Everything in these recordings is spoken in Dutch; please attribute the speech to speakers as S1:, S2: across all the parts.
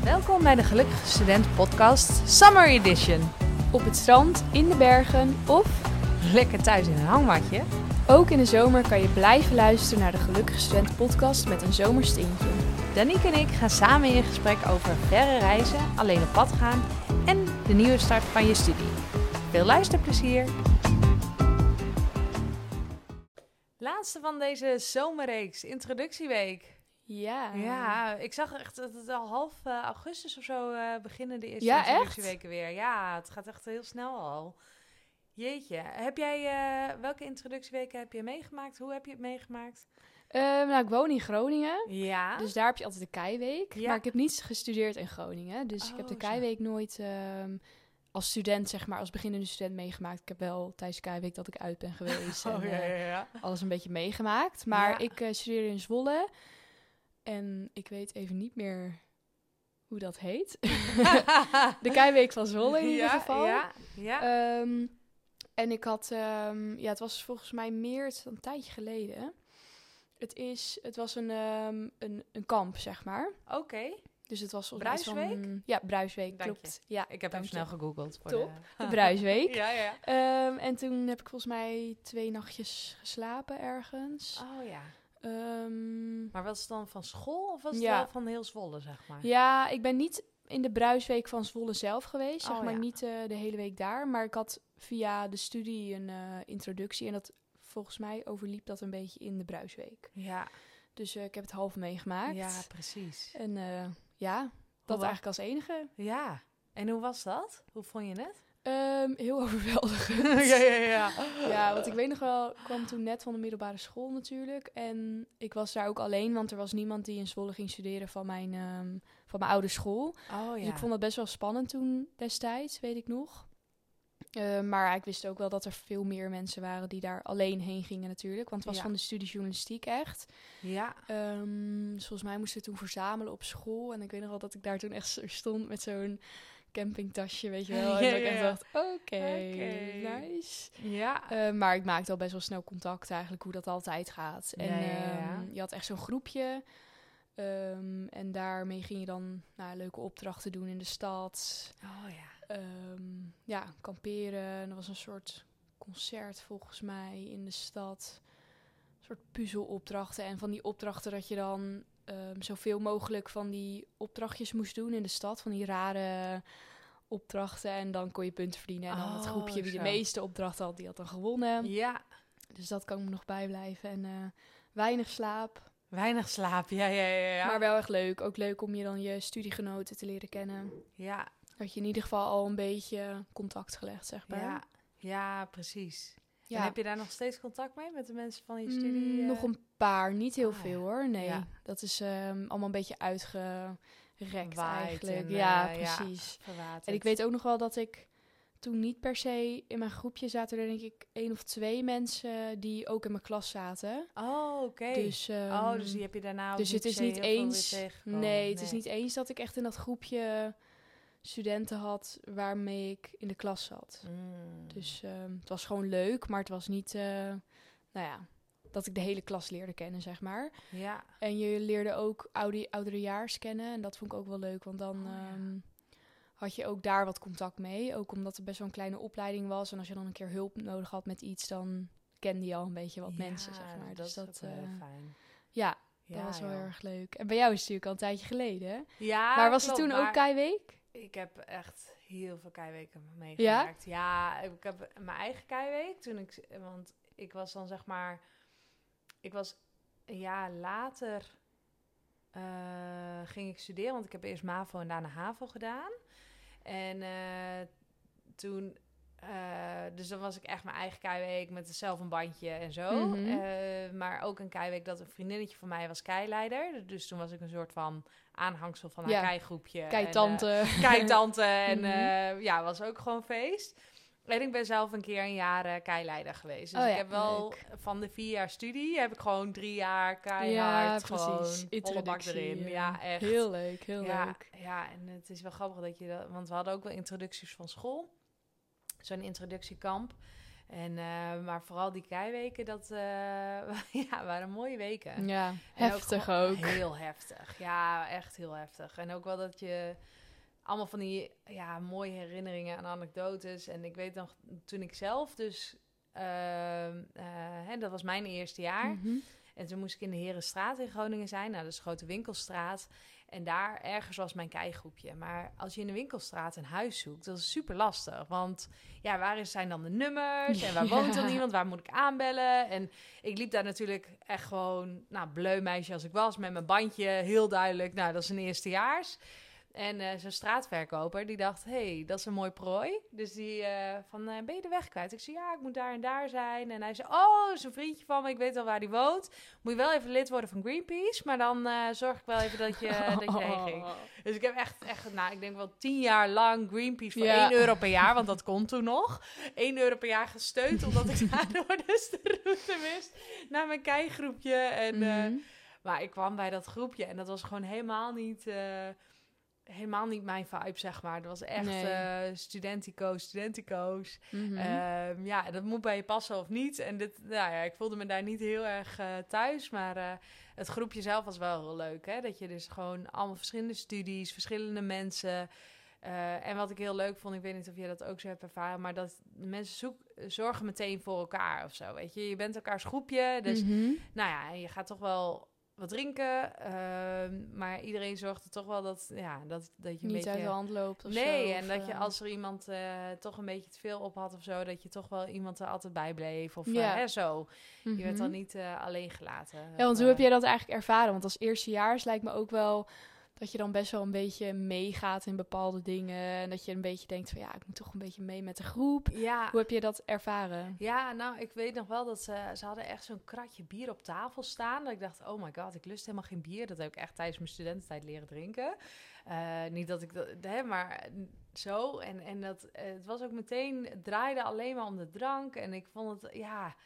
S1: Welkom bij de Gelukkige Student podcast Summer Edition.
S2: Op het strand, in de bergen of
S1: Lekker thuis in een hangmatje.
S2: ook in de zomer kan je blijven luisteren naar de Gelukkige Student podcast met een zomerstintje.
S1: Danique en ik gaan samen in gesprek over verre reizen, alleen op pad gaan en de nieuwe start van je studie. Veel luisterplezier! Laatste van deze zomerreeks, introductieweek. Ja, ik zag echt dat het al half augustus of zo beginnen de eerste introductieweken weer. Ja, het gaat echt heel snel al. Jeetje, heb jij, welke introductieweken heb je meegemaakt? Hoe heb je het meegemaakt?
S2: Ik woon in Groningen,
S1: Ja.
S2: dus daar heb je altijd de Keiweek.
S1: Ja.
S2: Maar ik heb niet gestudeerd in Groningen, dus ik heb de
S1: zo.
S2: Keiweek nooit als student, zeg maar, als beginnende student meegemaakt. Ik heb wel tijdens de Keiweek dat ik uit ben geweest en alles een beetje meegemaakt. Maar
S1: Ja.
S2: ik studeerde in Zwolle en ik weet even niet meer hoe dat heet. De Keiweek van Zwolle in ieder geval.
S1: Ja.
S2: En ik had, het was volgens mij het is een tijdje geleden. Het was een kamp, zeg maar.
S1: Oké.
S2: Dus het was volgens mij
S1: Bruisweek?
S2: Ja, Bruisweek,
S1: Dank
S2: klopt. Ja,
S1: Ik heb
S2: dank
S1: even snel
S2: je.
S1: gegoogeld. Voor
S2: Top. De Bruisweek.
S1: Ja.
S2: En toen heb ik volgens mij 2 nachtjes geslapen ergens.
S1: Oh ja.
S2: Ehm,
S1: Maar was het dan van school of was het
S2: Ja.
S1: wel van heel Zwolle, zeg maar?
S2: Ja, ik ben niet in de Bruisweek van Zwolle zelf geweest, zeg
S1: Oh,
S2: maar
S1: ja.
S2: niet de hele week daar. Maar ik had via de studie een introductie en dat volgens mij overliep dat een beetje in de Bruisweek.
S1: Ja.
S2: Dus ik heb het half meegemaakt.
S1: Ja, precies.
S2: En dat
S1: wa-
S2: eigenlijk als enige.
S1: Ja. En hoe was dat? Hoe vond je het?
S2: Heel overweldigend.
S1: ja.
S2: Ja, want ik weet nog wel, ik kwam toen net van de middelbare school natuurlijk. En ik was daar ook alleen, want er was niemand die in Zwolle ging studeren van mijn oude school.
S1: Oh ja.
S2: Dus ik vond dat best wel spannend toen destijds, weet ik nog. Maar ik wist ook wel dat er veel meer mensen waren die daar alleen heen gingen natuurlijk. Want het was
S1: Ja.
S2: van de studie journalistiek echt.
S1: Ja.
S2: Dus volgens mij moesten we toen verzamelen op school. En ik weet nog wel dat ik daar toen echt zo stond met zo'n campingtasje, weet je wel. En dat ik echt dacht, oké, nice.
S1: Ja.
S2: Maar ik maakte al best wel snel contact eigenlijk, hoe dat altijd gaat. En
S1: Ja.
S2: je had echt zo'n groepje. En daarmee ging je dan leuke opdrachten doen in de stad.
S1: Oh ja.
S2: Kamperen. En er was een soort concert volgens mij in de stad. Een soort puzzelopdrachten. En van die opdrachten dat je dan zoveel mogelijk van die opdrachtjes moest doen in de stad. Van die rare opdrachten. En dan kon je punten verdienen. En dan het groepje wie de
S1: zo.
S2: meeste opdrachten had, die had dan gewonnen.
S1: Ja.
S2: Dus dat kan me nog bijblijven. En weinig slaap.
S1: Weinig slaap. Ja.
S2: Maar wel echt leuk. Ook leuk om je dan je studiegenoten te leren kennen.
S1: Ja.
S2: Dat je in ieder geval al een beetje contact gelegd, zeg maar.
S1: Ja, precies.
S2: Ja.
S1: En heb je daar nog steeds contact mee met de mensen van je studie?
S2: Nog een paar, niet heel
S1: Ah,
S2: veel
S1: ja.
S2: hoor. Nee,
S1: Ja.
S2: dat is allemaal een beetje uitgerekt
S1: Waaid
S2: eigenlijk.
S1: en,
S2: ja, precies.
S1: verwaterd.
S2: En ik weet ook nog wel dat ik toen niet per se in mijn groepje zaten. Er denk ik 1 of 2 mensen die ook in mijn klas zaten.
S1: Oh, oké.
S2: Dus,
S1: dus die heb je daarna ook
S2: dus
S1: niet
S2: het is
S1: per se
S2: niet
S1: heel veel
S2: eens.
S1: weer tegengekomen.
S2: Nee, het is niet eens dat ik echt in dat groepje studenten had waarmee ik in de klas zat.
S1: Mm.
S2: Dus het was gewoon leuk, maar het was niet, dat ik de hele klas leerde kennen, zeg maar.
S1: Ja.
S2: En je leerde ook ouderejaars kennen en dat vond ik ook wel leuk, want dan had je ook daar wat contact mee. Ook omdat het best wel een kleine opleiding was en als je dan een keer hulp nodig had met iets, dan kende je al een beetje wat mensen, zeg maar.
S1: Dat
S2: Dus
S1: is ook wel heel fijn.
S2: Ja,
S1: Ja,
S2: dat was wel
S1: joh.
S2: heel erg leuk. En bij jou is het natuurlijk al een tijdje geleden, hè?
S1: Ja,
S2: Maar was
S1: klopt,
S2: het toen ook
S1: maar
S2: Keiweek?
S1: Ik heb echt heel veel keiweken meegemaakt. Ja, ik heb mijn eigen keiweek want ik was dan zeg maar, ik was een jaar later ging ik studeren, want ik heb eerst MAVO en daarna HAVO gedaan. En toen, dus dan was ik echt mijn eigen keiweek met zelf een bandje en zo.
S2: Mhm.
S1: Maar ook een keiweek dat een vriendinnetje van mij was keileider. Dus toen was ik een soort van aanhangsel van haar
S2: Ja.
S1: keigroepje.
S2: Keitante.
S1: Keitante en
S2: Mhm.
S1: was ook gewoon feest. En ik ben zelf een keer een jaar keileider geweest. Dus
S2: Oh
S1: ik
S2: ja,
S1: heb wel
S2: leuk.
S1: van de 4 jaar studie heb ik gewoon 3 jaar keihard gewoon volle bak
S2: Introductie,
S1: erin. Ja, echt.
S2: Heel leuk, heel
S1: ja,
S2: leuk.
S1: ja, en het is wel grappig dat je dat, want we hadden ook wel introducties van school. Zo'n introductiekamp. En, maar vooral die keiweken, dat waren mooie weken.
S2: Ja, heftig ook.
S1: Heel heftig. Ja, echt heel heftig. En ook wel dat je allemaal van die mooie herinneringen en anekdotes. En ik weet nog, toen ik zelf dus... dat was mijn eerste jaar.
S2: Mm-hmm.
S1: En toen moest ik in de Herenstraat in Groningen zijn. Nou, dat is een grote winkelstraat. En daar ergens was mijn keigroepje. Maar als je in de winkelstraat een huis zoekt, dat is super lastig. Want waar zijn dan de nummers? En waar woont dan iemand? Waar moet ik aanbellen? En ik liep daar natuurlijk echt gewoon, bleu meisje als ik was, met mijn bandje, heel duidelijk. Nou, dat is een eerstejaars. En zo'n straatverkoper, die dacht, dat is een mooi prooi. Dus die ben je de weg kwijt? Ik zei, ik moet daar en daar zijn. En hij zei, dat is een vriendje van me, ik weet al waar die woont. Moet je wel even lid worden van Greenpeace, maar dan zorg ik wel even dat je heen ging. Dus ik heb echt, ik denk wel 10 jaar lang Greenpeace voor €1 per jaar, want dat kon toen nog. €1 per jaar gesteund, omdat ik daardoor dus de route wist naar mijn keigroepje. En, maar ik kwam bij dat groepje en dat was gewoon helemaal niet mijn vibe, zeg maar. Dat was echt studentico's.
S2: Mm-hmm.
S1: Dat moet bij je passen of niet. En ik voelde me daar niet heel erg thuis. Maar het groepje zelf was wel heel leuk. Hè? Dat je dus gewoon allemaal verschillende studies, verschillende mensen. En wat ik heel leuk vond, ik weet niet of je dat ook zo hebt ervaren, maar dat de mensen zorgen meteen voor elkaar of zo. Weet je bent elkaars groepje. Dus je gaat toch wel wat drinken, maar iedereen zorgt er toch wel dat je
S2: niet
S1: een beetje
S2: uit de hand loopt of
S1: nee,
S2: zo.
S1: En dat je als er iemand toch een beetje te veel op had of zo, dat je toch wel iemand er altijd bij bleef of zo. Je werd dan niet alleen gelaten.
S2: Ja, want hoe heb jij dat eigenlijk ervaren? Want als eerstejaars lijkt me ook wel dat je dan best wel een beetje meegaat in bepaalde dingen. En dat je een beetje denkt van ik moet toch een beetje mee met de groep.
S1: Ja.
S2: Hoe heb je dat ervaren?
S1: Ja, nou, ik weet nog wel dat ze hadden echt zo'n kratje bier op tafel staan. Dat ik dacht, oh my god, ik lust helemaal geen bier. Dat heb ik echt tijdens mijn studententijd leren drinken. Niet dat ik dat, maar zo. En dat, het was ook meteen, het draaide alleen maar om de drank. En ik vond het,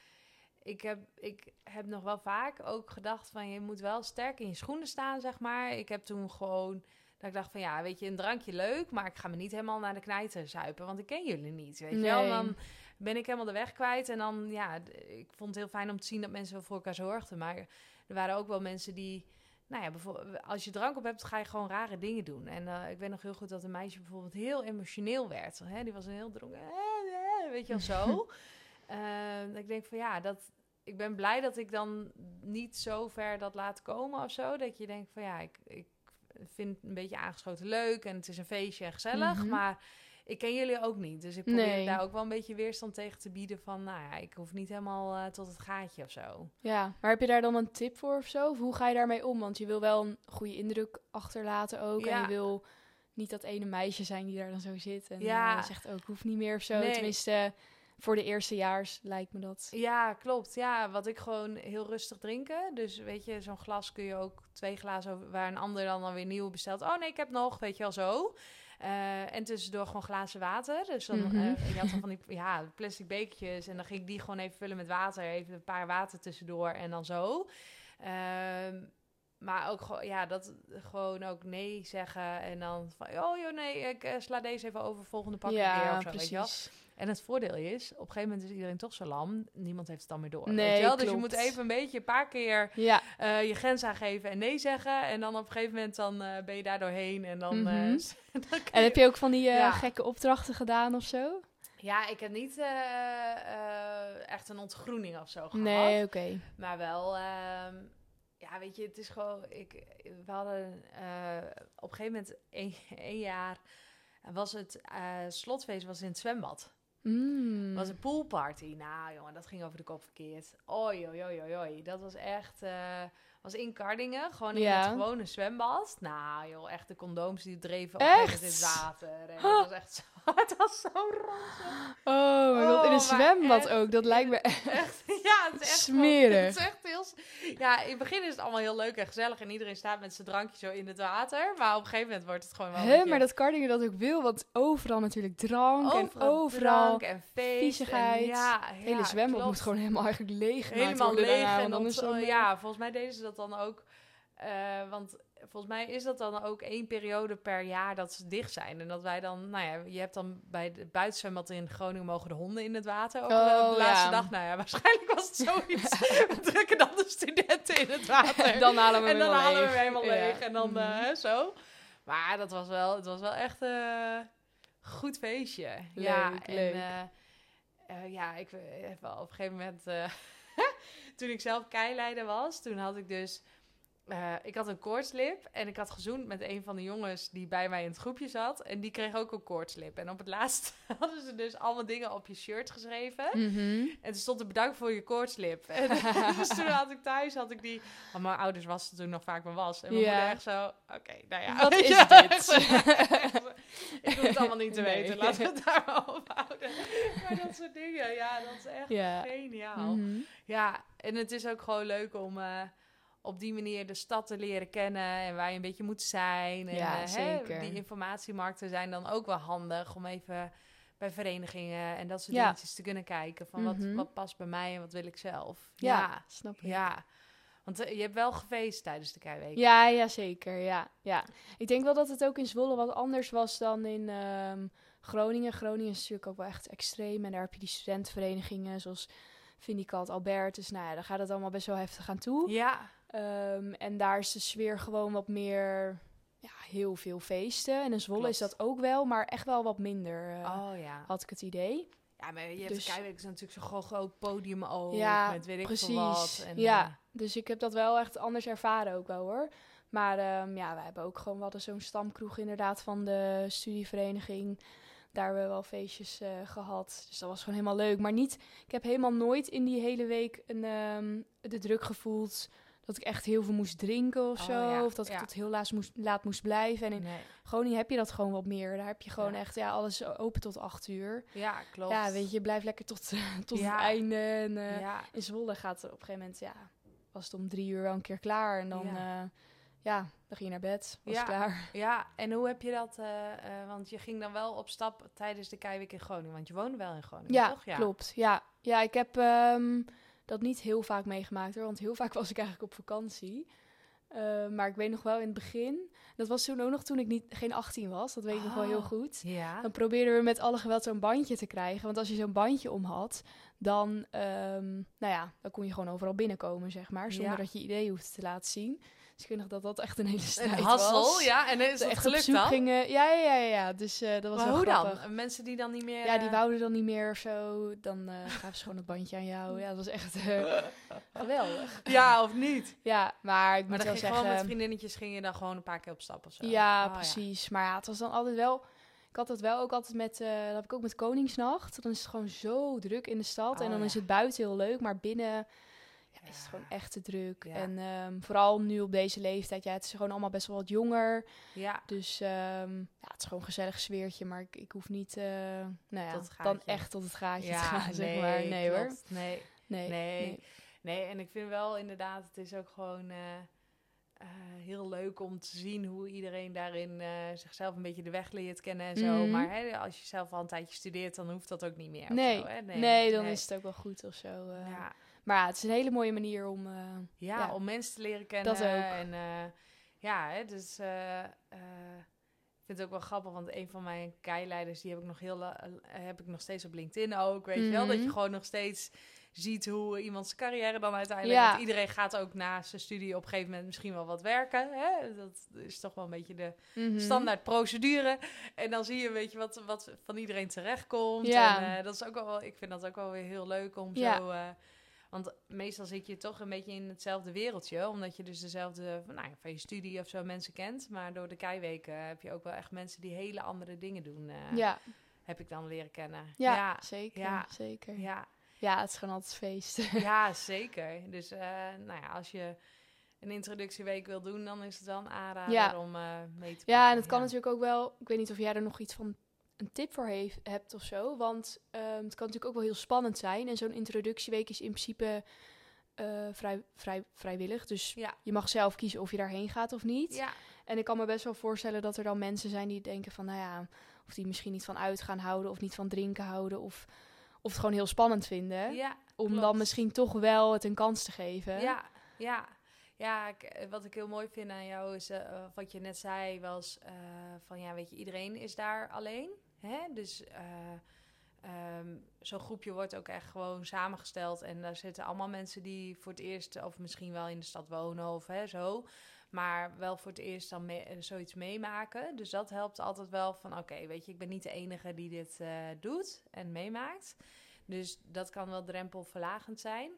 S1: Ik heb nog wel vaak ook gedacht van je moet wel sterk in je schoenen staan, zeg maar. Ik heb toen gewoon dat ik dacht van weet je, een drankje leuk, maar ik ga me niet helemaal naar de knijter zuipen, want ik ken jullie niet, weet je wel. Dan ben ik helemaal de weg kwijt en dan ik vond het heel fijn om te zien dat mensen voor elkaar zorgden, maar er waren ook wel mensen die bijvoorbeeld als je drank op hebt, ga je gewoon rare dingen doen. En ik weet nog heel goed dat een meisje bijvoorbeeld heel emotioneel werd. Hè? Die was een heel dronken, weet je wel zo. Dat ik denk van ik ben blij dat ik dan niet zo ver dat laat komen of zo. Dat je denkt van ik vind een beetje aangeschoten leuk en het is een feestje en gezellig. Maar ik ken jullie ook niet. Dus ik probeer daar ook wel een beetje weerstand tegen te bieden van ik hoef niet helemaal tot het gaatje of zo.
S2: Ja, maar heb je daar dan een tip voor of zo? Of hoe ga je daarmee om? Want je wil wel een goede indruk achterlaten ook. Ja. En je wil niet dat ene meisje zijn die daar dan zo zit. En zegt ook, hoeft niet meer of zo. Nee. Tenminste, voor de eerstejaars lijkt me dat.
S1: Ja, klopt. Ja, wat ik gewoon heel rustig drinken. Dus weet je, zo'n glas kun je ook 2 glazen waar een ander dan weer nieuw bestelt. Oh nee, ik heb nog, weet je wel zo. En tussendoor gewoon glazen water. Dus dan, ik had dan van die plastic bekertjes. En dan ging ik die gewoon even vullen met water. Even een paar water tussendoor en dan zo. Maar ook dat gewoon ook nee zeggen. En dan van, nee, ik sla deze even over, volgende pak weer of zo,
S2: precies.
S1: weet je wel. En het voordeel is, op een gegeven moment is iedereen toch zo lam. Niemand heeft het dan meer door.
S2: Nee,
S1: weet je wel?
S2: klopt.
S1: Dus je moet even een paar keer je grens aangeven en nee zeggen. En dan op een gegeven moment dan ben je daar doorheen. En dan,
S2: en heb je ook van die gekke opdrachten gedaan of zo?
S1: Ja, ik heb niet echt een ontgroening of zo gehad.
S2: Nee, oké.
S1: Maar wel... weet je, het is gewoon... We hadden op een gegeven moment 1 jaar... was het slotfeest was in het zwembad. Was een poolparty. Nou, jongen, dat ging over de kop verkeerd. Oei. Dat was echt... was in Kardingen, gewoon in het gewone zwembad. Nou, joh, echt de condooms die dreven op het water. En dat was echt zo... Het was zo ranzig.
S2: Oh mijn god, in een zwembad echt, ook. Dat lijkt me echt
S1: het is echt
S2: smerig.
S1: Het is echt heel... Ja, in het begin is het allemaal heel leuk en gezellig. En iedereen staat met zijn drankje zo in het water. Maar op een gegeven moment wordt het gewoon wel...
S2: Maar dat Kardingen dat ook wil. Want overal natuurlijk drank. Overal
S1: drank en feest.
S2: Viezigheid. Het hele zwembad moet gewoon helemaal eigenlijk leeg gemaakt
S1: helemaal
S2: worden
S1: leeg.
S2: daarna,
S1: En
S2: dan is dan,
S1: volgens mij deden ze dat dan ook... want volgens mij is dat dan ook 1 periode per jaar dat ze dicht zijn. En dat wij dan, je hebt dan bij de buitenzwembad in Groningen mogen de honden in het water. Ook op de laatste dag. Nou ja, waarschijnlijk was het zoiets. We drukken dan de studenten in het water.
S2: Dan halen we
S1: hem helemaal leeg. En dan zo. Maar het was wel echt een goed feestje.
S2: Leuk.
S1: Ik heb wel op een gegeven moment... toen ik zelf keileider was, toen had ik dus... ik had een koortslip en ik had gezoend met een van de jongens die bij mij in het groepje zat. En die kreeg ook een koortslip. En op het laatst hadden ze dus allemaal dingen op je shirt geschreven.
S2: Mm-hmm.
S1: En toen stond er bedankt voor je koortslip. En dus toen had ik thuis, Want mijn ouders wasten toen nog vaak mijn was. En mijn moeder echt zo, oké, nou ja.
S2: Wat is dit?
S1: Ik hoef het allemaal niet te weten. Laten we het daar maar op houden. Maar dat soort dingen, dat is echt geniaal.
S2: Mm-hmm.
S1: Ja, en het is ook gewoon leuk om... op die manier de stad te leren kennen en waar je een beetje moet zijn. En,
S2: zeker.
S1: Die informatiemarkten zijn dan ook wel handig om even bij verenigingen en dat soort dingetjes te kunnen kijken. Van wat past bij mij en wat wil ik zelf.
S2: Ja, snap ik.
S1: Ja, want je hebt wel gefeest tijdens de Keiweek.
S2: Ja, zeker. Ja. Ik denk wel dat het ook in Zwolle wat anders was dan in Groningen. Groningen is natuurlijk ook wel echt extreem. En daar heb je die studentenverenigingen zoals Vindicat, Albertus. Daar gaat het allemaal best wel heftig aan toe.
S1: Ja.
S2: En daar is de sfeer gewoon wat meer, heel veel feesten. En in Zwolle is dat ook wel, maar echt wel wat minder, had ik het idee.
S1: Ja, maar je hebt de Keiweek is natuurlijk zo'n groot podium ook, met weet ik
S2: precies.
S1: veel wat. En,
S2: dus ik heb dat wel echt anders ervaren ook wel hoor. Maar wij hebben ook gewoon, we hadden zo'n stamkroeg inderdaad van de studievereniging. Daar hebben we wel feestjes gehad. Dus dat was gewoon helemaal leuk. Maar ik heb helemaal nooit in die hele week de druk gevoeld dat ik echt heel veel moest drinken of zo. Of dat ik tot heel laat moest blijven. En in Groningen heb je dat gewoon wat meer. Daar heb je gewoon echt alles open tot 8:00.
S1: Ja, klopt.
S2: Ja, weet je, je blijft lekker tot het einde. En in Zwolle gaat op een gegeven moment, was het om 3:00 wel een keer klaar. En dan... dan ging je naar bed, was klaar.
S1: Ja, en hoe heb je dat... want je ging dan wel op stap tijdens de Keiweek in Groningen. Want je woonde wel in Groningen, toch?
S2: Ja, klopt. Ja, ik heb dat niet heel vaak meegemaakt hoor. Want heel vaak was ik eigenlijk op vakantie. Maar ik weet nog wel in het begin... Dat was toen ook nog toen ik geen 18 was. Dat weet ik nog wel heel goed.
S1: Ja.
S2: Dan probeerden we met alle geweld zo'n bandje te krijgen. Want als je zo'n bandje om had... Dan, dan kon je gewoon overal binnenkomen, zeg maar. Zonder dat je idee hoefde te laten zien. Dus ik weet nog dat echt een hele strijd was.
S1: Een hassel, ja. En is dat
S2: echt
S1: gelukt dan?
S2: Gingen, ja. Dus dat was
S1: maar
S2: wel
S1: hoe
S2: grappig.
S1: Dan? Mensen die dan niet meer...
S2: Ja, die wouden dan niet meer of zo. Dan gaven ze gewoon het bandje aan jou. Ja, dat was echt geweldig.
S1: Ja, of niet?
S2: Ja, maar ik moet wel zeggen...
S1: gewoon met vriendinnetjes ging je dan gewoon een paar keer op stap of zo?
S2: Ja, precies. Ja. Maar het was dan altijd wel... Ik had dat wel ook altijd met... dat heb ik ook met Koningsnacht. Dan is het gewoon zo druk in de stad. En dan is het buiten heel leuk, maar binnen... is het gewoon echt te druk. Ja. En vooral nu op deze leeftijd, het is gewoon allemaal best wel wat jonger.
S1: Ja.
S2: Dus het is gewoon een gezellig sfeertje, maar ik hoef niet
S1: dan
S2: echt tot het gaatje te gaan, zeg maar. Nee hoor.
S1: Nee, en ik vind wel inderdaad, het is ook gewoon heel leuk om te zien hoe iedereen daarin zichzelf een beetje de weg leert kennen en zo. Maar als je zelf al een tijdje studeert, dan hoeft dat ook niet meer.
S2: Nee,
S1: of zo, hè?
S2: Nee, dan is het ook wel goed of zo. Maar het is een hele mooie manier om...
S1: om mensen te leren kennen.
S2: Dat ook.
S1: En dus... ik vind het ook wel grappig, want een van mijn keileiders... die heb ik nog steeds op LinkedIn ook. Weet je wel, dat je gewoon nog steeds ziet hoe iemands carrière dan uiteindelijk... Want iedereen gaat ook na zijn studie op een gegeven moment misschien wel wat werken. Hè? Dat is toch wel een beetje de standaard procedure. En dan zie je, weet je, wat van iedereen terechtkomt.
S2: Ja.
S1: En dat is ook wel... Ik vind dat ook wel weer heel leuk om zo... Want meestal zit je toch een beetje in hetzelfde wereldje. Omdat je dus dezelfde van je studie of zo mensen kent. Maar door de Keiweken heb je ook wel echt mensen die hele andere dingen doen. Heb ik dan leren kennen.
S2: Ja, zeker. Zeker. Ja, het is gewoon altijd feest.
S1: Ja, zeker. Dus als je een introductieweek wil doen, dan is het wel een aanrader om mee te pakken.
S2: Ja, en het kan natuurlijk ook wel... Ik weet niet of jij er nog iets van... een tip voor hebt of zo. Want het kan natuurlijk ook wel heel spannend zijn. En zo'n introductieweek is in principe vrijwillig. Dus je mag zelf kiezen of je daarheen gaat of niet. Ja. En ik kan me best wel voorstellen dat er dan mensen zijn die denken van... of die misschien niet van uitgaan houden of niet van drinken houden. Of het gewoon heel spannend vinden. Ja, om dan misschien toch wel het een kans te geven.
S1: Ja, wat ik heel mooi vind aan jou is, wat je net zei, was van ja, weet je, iedereen is daar alleen. Hè? Dus zo'n groepje wordt ook echt gewoon samengesteld. En daar zitten allemaal mensen die voor het eerst, of misschien wel in de stad wonen of zo. Maar wel voor het eerst dan zoiets meemaken. Dus dat helpt altijd wel van, oké, weet je, ik ben niet de enige die dit doet en meemaakt. Dus dat kan wel drempelverlagend zijn.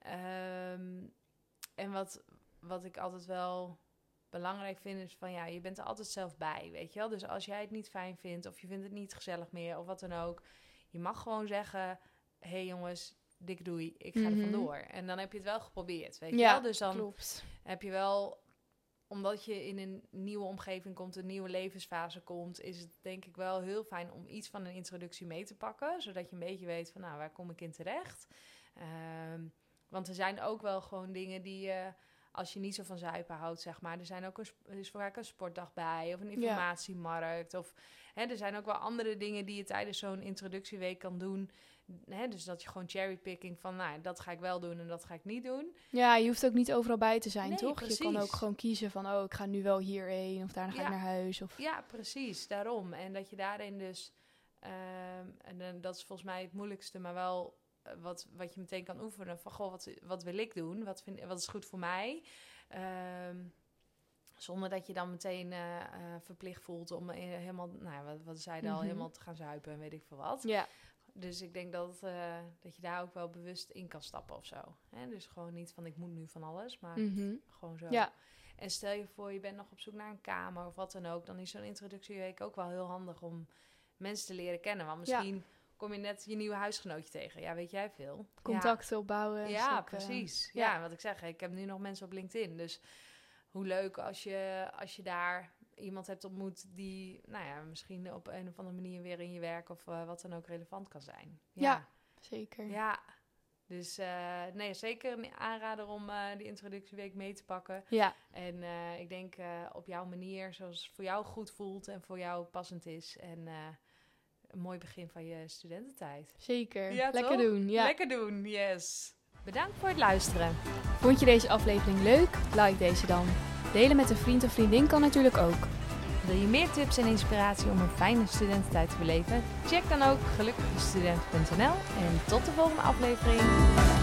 S1: En wat ik altijd wel belangrijk vind is van, ja, je bent er altijd zelf bij, weet je wel. Dus als jij het niet fijn vindt of je vindt het niet gezellig meer of wat dan ook, je mag gewoon zeggen, hey jongens, dik doei, ik ga er vandoor. En dan heb je het wel geprobeerd, weet je wel. Dus dan heb je wel, omdat je in een nieuwe omgeving komt, een nieuwe levensfase komt, is het denk ik wel heel fijn om iets van een introductie mee te pakken, zodat je een beetje weet van, nou, waar kom ik in terecht? Want er zijn ook wel gewoon dingen die als je niet zo van zuipen houdt, zeg maar. Er zijn ook is vaak een sportdag bij of een informatiemarkt. Of er zijn ook wel andere dingen die je tijdens zo'n introductieweek kan doen. Dus dat je gewoon cherrypicking van, nou, dat ga ik wel doen en dat ga ik niet doen.
S2: Ja, je hoeft ook niet overal bij te zijn, toch?
S1: Precies.
S2: Je kan ook gewoon kiezen van, ik ga nu wel hierheen of daarna ga ik naar huis. Of...
S1: Ja, precies, daarom. En dat je daarin dus, en dat is volgens mij het moeilijkste, maar wel wat je meteen kan oefenen. Van, goh, wat wil ik doen? Wat is goed voor mij? Zonder dat je dan meteen verplicht voelt om helemaal, nou, wat zeiden al, helemaal te gaan zuipen en weet ik veel wat.
S2: Ja.
S1: Dus ik denk dat je daar ook wel bewust in kan stappen of zo. Dus gewoon niet van, ik moet nu van alles, maar gewoon zo.
S2: Ja.
S1: En stel je voor, je bent nog op zoek naar een kamer of wat dan ook, dan is zo'n introductieweek ook wel heel handig om mensen te leren kennen. Want misschien kom je net je nieuwe huisgenootje tegen. Ja, weet jij veel.
S2: Contacten opbouwen.
S1: Ja, precies. Ja, wat ik zeg, ik heb nu nog mensen op LinkedIn. Dus hoe leuk als je daar iemand hebt ontmoet die, nou ja, misschien op een of andere manier weer in je werk of wat dan ook relevant kan zijn.
S2: Ja, zeker.
S1: Ja, dus zeker een aanrader om die introductieweek mee te pakken.
S2: Ja.
S1: En ik denk op jouw manier, zoals het voor jou goed voelt en voor jou passend is. En een mooi begin van je studententijd.
S2: Zeker.
S1: Ja,
S2: lekker
S1: toch?
S2: doen. Ja.
S1: Lekker doen, yes. Bedankt voor het luisteren.
S2: Vond je deze aflevering leuk? Like deze dan. Delen met een vriend of vriendin kan natuurlijk ook.
S1: Wil je meer tips en inspiratie om een fijne studententijd te beleven? Check dan ook gelukkigstudent.nl en tot de volgende aflevering.